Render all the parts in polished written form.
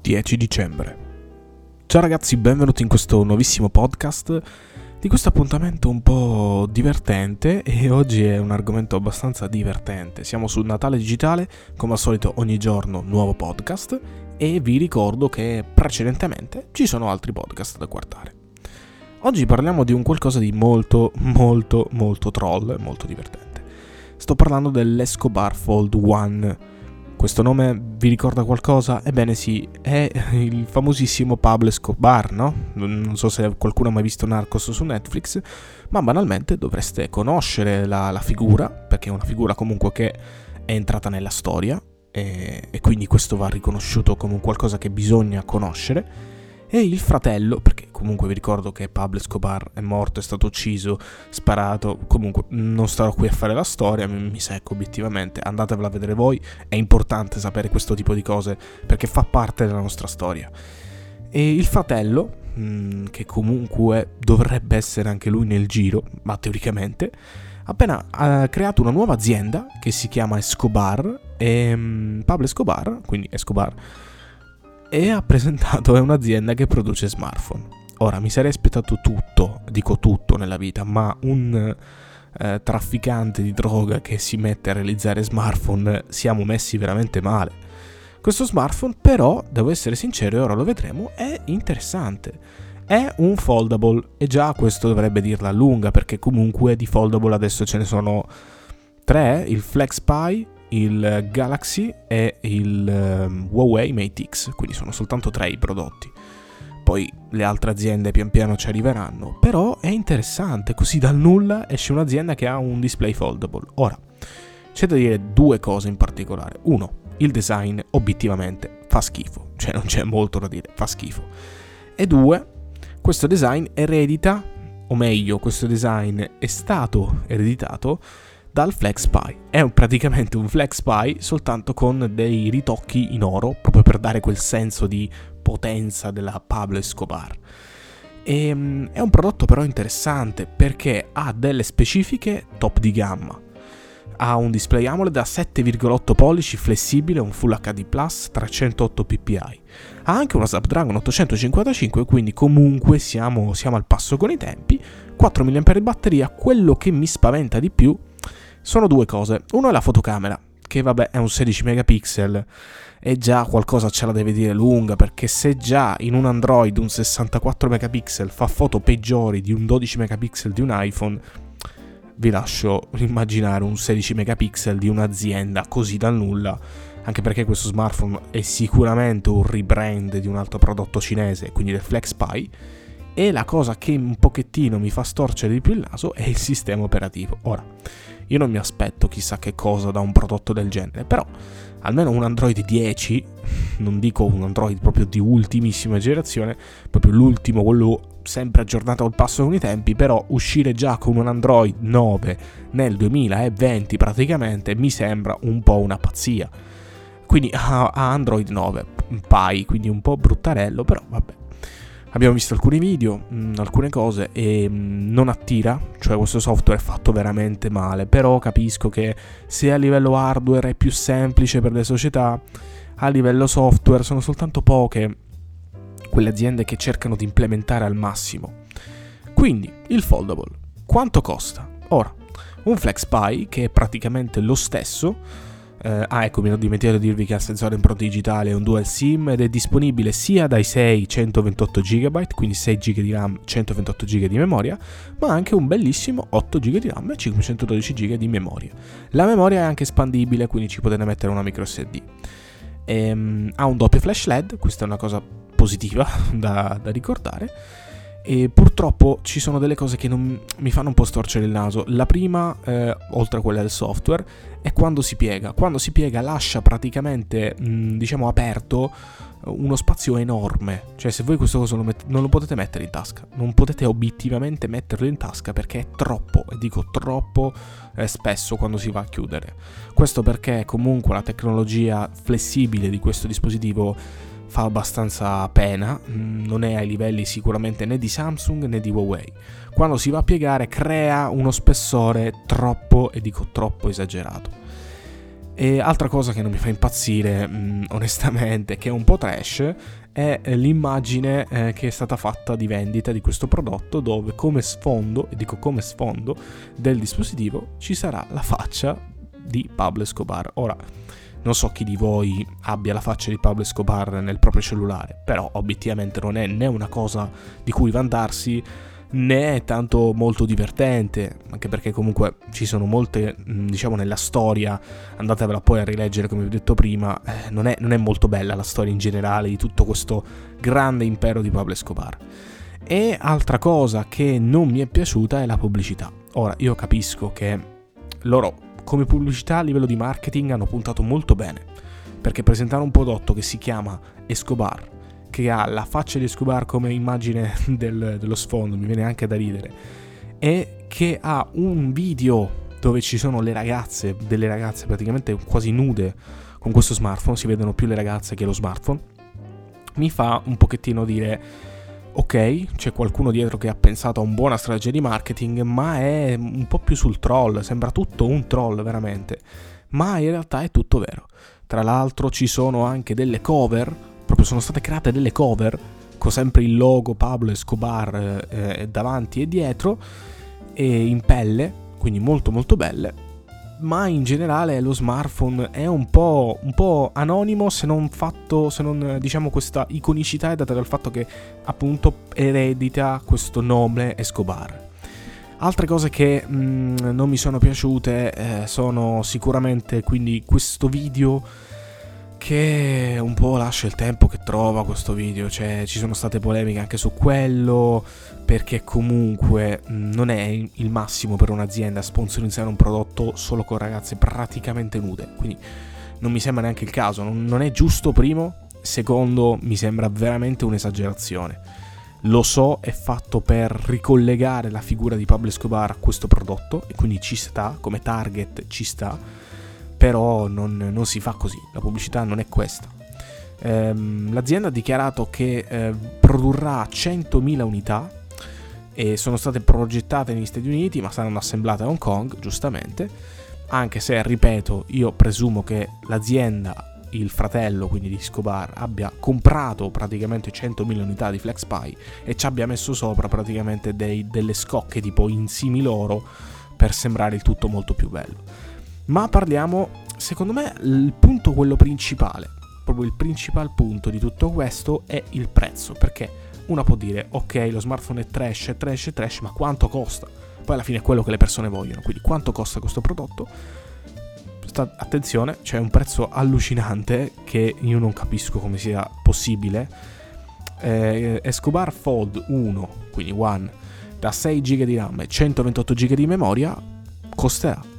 10 dicembre. Ciao ragazzi, benvenuti in questo nuovissimo podcast di questo appuntamento un po' divertente, e oggi è un argomento abbastanza divertente. Siamo sul Natale digitale, come al solito ogni giorno nuovo podcast, e vi ricordo che precedentemente ci sono altri podcast da guardare. Oggi parliamo di un qualcosa di molto troll, molto divertente. Sto parlando dell'Escobar Fold One. Questo nome vi ricorda qualcosa? Ebbene sì, è il famosissimo Pablo Escobar, no? Non so se qualcuno ha mai visto Narcos su Netflix, ma banalmente dovreste conoscere la figura, perché è una figura comunque che è entrata nella storia, e quindi questo va riconosciuto come un qualcosa che bisogna conoscere. E il fratello, perché comunque vi ricordo che Pablo Escobar è morto, è stato ucciso, sparato, comunque non starò qui a fare la storia, mi secco obiettivamente, andatevela a vedere voi, è importante sapere questo tipo di cose perché fa parte della nostra storia. E il fratello, che comunque dovrebbe essere anche lui nel giro, ma teoricamente, appena ha creato una nuova azienda che si chiama Escobar, e Pablo Escobar, quindi Escobar, e ha presentato è un'azienda che produce smartphone. Ora, mi sarei aspettato tutto, dico tutto nella vita, ma un trafficante di droga che si mette a realizzare smartphone, siamo messi veramente male. Questo smartphone però, devo essere sincero, e ora lo vedremo, è interessante. È un foldable, e già questo dovrebbe dirla lunga, perché comunque di foldable adesso ce ne sono 3, il FlexPi, il Galaxy e il Huawei Mate X, quindi sono soltanto 3 i prodotti. Poi le altre aziende pian piano ci arriveranno, però è interessante, così dal nulla esce un'azienda che ha un display foldable. Ora, c'è da dire due cose in particolare. Uno, il design obiettivamente fa schifo, cioè non c'è molto da dire, fa schifo. E due, questo design eredita, o meglio, questo design è stato ereditato dal FlexPi. È praticamente un FlexPi soltanto con dei ritocchi in oro, proprio per dare quel senso di potenza della Pablo Escobar. È un prodotto però interessante perché ha delle specifiche top di gamma. Ha un display AMOLED da 7,8 pollici flessibile, un Full HD+, 308 ppi. Ha anche una Snapdragon 855, quindi comunque siamo al passo con i tempi. 4 mAh di batteria. Quello che mi spaventa di più sono due cose. Uno è la fotocamera, che vabbè è un 16 megapixel, e già qualcosa ce la deve dire lunga, perché se già in un Android un 64 megapixel fa foto peggiori di un 12 megapixel di un iPhone, vi lascio immaginare un 16 megapixel di un'azienda così dal nulla, anche perché questo smartphone è sicuramente un rebrand di un altro prodotto cinese, quindi del FlexPi. E la cosa che un pochettino mi fa storcere di più il naso è il sistema operativo. Ora, io non mi aspetto chissà che cosa da un prodotto del genere, però almeno un Android 10, non dico un Android proprio di ultimissima generazione, proprio l'ultimo, quello sempre aggiornato al passo con i tempi, però uscire già con un Android 9 nel 2020 praticamente mi sembra un po' una pazzia. Quindi a Android 9 Pie, quindi un po' bruttarello, però vabbè. Abbiamo visto alcuni video, alcune cose, e non attira, cioè questo software è fatto veramente male, però capisco che se a livello hardware è più semplice per le società, a livello software sono soltanto poche quelle aziende che cercano di implementare al massimo. Quindi, il foldable, quanto costa? Ora, un FlexPi, che è praticamente lo stesso, ecco, mi ho dimenticato di dirvi che ha sensore impronte digitale e un dual SIM, ed è disponibile sia dai 6 128 GB, quindi 6 GB di RAM, 128 GB di memoria, ma anche un bellissimo 8 GB di RAM e 512 GB di memoria. La memoria è anche espandibile, quindi ci potete mettere una micro SD. Ha un doppio flash LED, questa è una cosa positiva da ricordare. E purtroppo ci sono delle cose che mi fanno un po' storcere il naso. La prima, oltre a quella del software, è quando si piega. Quando si piega lascia praticamente, aperto uno spazio enorme. Cioè, se voi questo coso non lo potete mettere in tasca, non potete obiettivamente metterlo in tasca perché è troppo, e dico troppo spesso quando si va a chiudere. Questo perché comunque la tecnologia flessibile di questo dispositivo fa abbastanza pena, non è ai livelli sicuramente né di Samsung né di Huawei. Quando si va a piegare crea uno spessore troppo, e dico troppo esagerato. E altra cosa che non mi fa impazzire, onestamente, che è un po' trash, è l'immagine che è stata fatta di vendita di questo prodotto, dove come sfondo, e dico come sfondo, del dispositivo ci sarà la faccia di Pablo Escobar. Ora, non so chi di voi abbia la faccia di Pablo Escobar nel proprio cellulare, però obiettivamente non è né una cosa di cui vantarsi, né è tanto molto divertente, anche perché comunque ci sono molte, diciamo, nella storia, andatevela poi a rileggere come vi ho detto prima, non è molto bella la storia in generale di tutto questo grande impero di Pablo Escobar. E altra cosa che non mi è piaciuta è la pubblicità. Ora, io capisco che loro come pubblicità a livello di marketing hanno puntato molto bene, perché presentare un prodotto che si chiama Escobar, che ha la faccia di Escobar come immagine dello sfondo, mi viene anche da ridere, e che ha un video dove ci sono delle ragazze praticamente quasi nude con questo smartphone, si vedono più le ragazze che lo smartphone, mi fa un pochettino dire: ok, c'è qualcuno dietro che ha pensato a una buona strategia di marketing, ma è un po' più sul troll, sembra tutto un troll veramente, ma in realtà è tutto vero. Tra l'altro ci sono anche delle cover, proprio sono state create delle cover con sempre il logo Pablo Escobar davanti e dietro, e in pelle, quindi molto molto belle, ma in generale lo smartphone è un po' anonimo, se non diciamo questa iconicità è data dal fatto che appunto eredita questo nome Escobar. Altre cose che non mi sono piaciute sono sicuramente quindi questo video, che un po' lascia il tempo che trova questo video, cioè ci sono state polemiche anche su quello, perché comunque non è il massimo per un'azienda sponsorizzare un prodotto solo con ragazze praticamente nude, quindi non mi sembra neanche il caso, non è giusto, primo. Secondo, mi sembra veramente un'esagerazione. Lo so, è fatto per ricollegare la figura di Pablo Escobar a questo prodotto, e quindi ci sta, come target ci sta, però non si fa così, la pubblicità non è questa. L'azienda ha dichiarato che produrrà 100.000 unità e sono state progettate negli Stati Uniti, ma saranno assemblate a Hong Kong, giustamente, anche se, ripeto, io presumo che l'azienda, il fratello quindi di Escobar, abbia comprato praticamente 100.000 unità di FlexPy e ci abbia messo sopra praticamente delle scocche tipo insimi loro per sembrare il tutto molto più bello. Ma parliamo, secondo me, il punto, quello principale, proprio il principal punto di tutto questo è il prezzo, perché uno può dire: ok, lo smartphone è trash, ma quanto costa? Poi alla fine è quello che le persone vogliono, quindi quanto costa questo prodotto? Attenzione, c'è un prezzo allucinante che io non capisco come sia possibile. Escobar Fold 1, quindi One, da 6 GB di RAM e 128 GB di memoria, costerà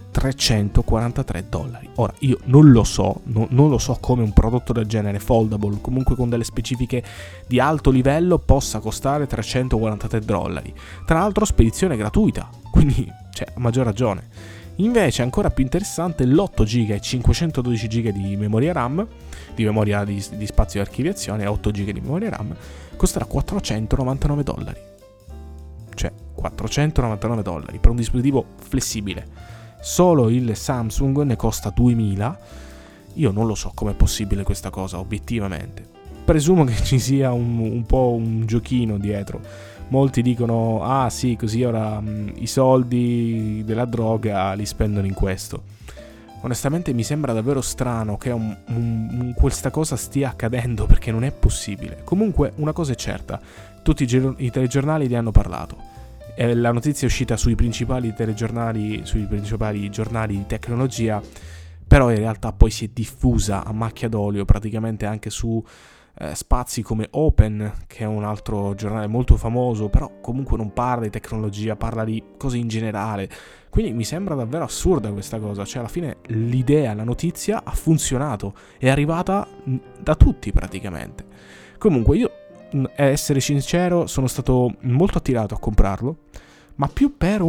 $343. Ora, io non lo so come un prodotto del genere foldable, comunque con delle specifiche di alto livello, possa costare $343. Tra l'altro spedizione gratuita, quindi a maggior ragione. Invece ancora più interessante, l'8 GB e 512 GB di memoria RAM, di memoria di spazio di archiviazione, 8 GB di memoria RAM, costerà $499. Cioè $499 per un dispositivo flessibile. Solo il Samsung ne costa 2.000. Io non lo so com'è possibile questa cosa, obiettivamente. Presumo che ci sia un po' un giochino dietro. Molti dicono: ah sì, così ora i soldi della droga li spendono in questo. Onestamente mi sembra davvero strano che questa cosa stia accadendo, perché non è possibile. Comunque una cosa è certa, tutti i telegiornali ne hanno parlato. La notizia è uscita sui principali telegiornali, sui principali giornali di tecnologia, però in realtà poi si è diffusa a macchia d'olio praticamente anche su spazi come Open, che è un altro giornale molto famoso, però comunque non parla di tecnologia, parla di cose in generale. Quindi mi sembra davvero assurda questa cosa, cioè alla fine l'idea, la notizia ha funzionato, è arrivata da tutti praticamente. Comunque io, a essere sincero, sono stato molto attirato a comprarlo, ma più per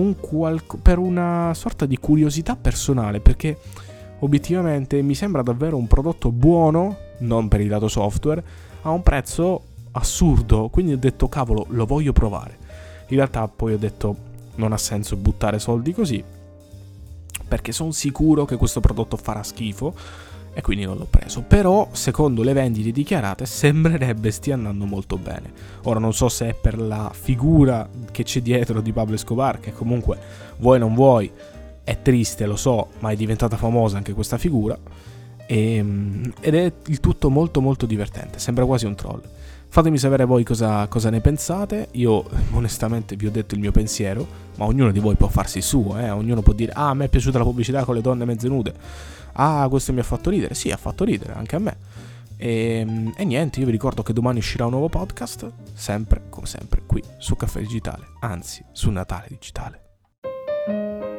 una sorta di curiosità personale, perché obiettivamente mi sembra davvero un prodotto buono, non per il lato software, a un prezzo assurdo, quindi ho detto cavolo, lo voglio provare. In realtà poi ho detto non ha senso buttare soldi così, perché sono sicuro che questo prodotto farà schifo e quindi non l'ho preso. Però secondo le vendite dichiarate sembrerebbe stia andando molto bene. Ora non so se è per la figura che c'è dietro di Pablo Escobar, che comunque vuoi non vuoi è triste, lo so, ma è diventata famosa anche questa figura, ed è il tutto molto molto divertente, sembra quasi un troll. Fatemi sapere voi cosa ne pensate. Io onestamente vi ho detto il mio pensiero, ma ognuno di voi può farsi il suo, ognuno può dire: a me è piaciuta la pubblicità con le donne mezze nude, questo mi ha fatto ridere. Sì, ha fatto ridere anche a me. E niente, io vi ricordo che domani uscirà un nuovo podcast, sempre, come sempre, qui su Caffè Digitale, anzi, su Natale Digitale.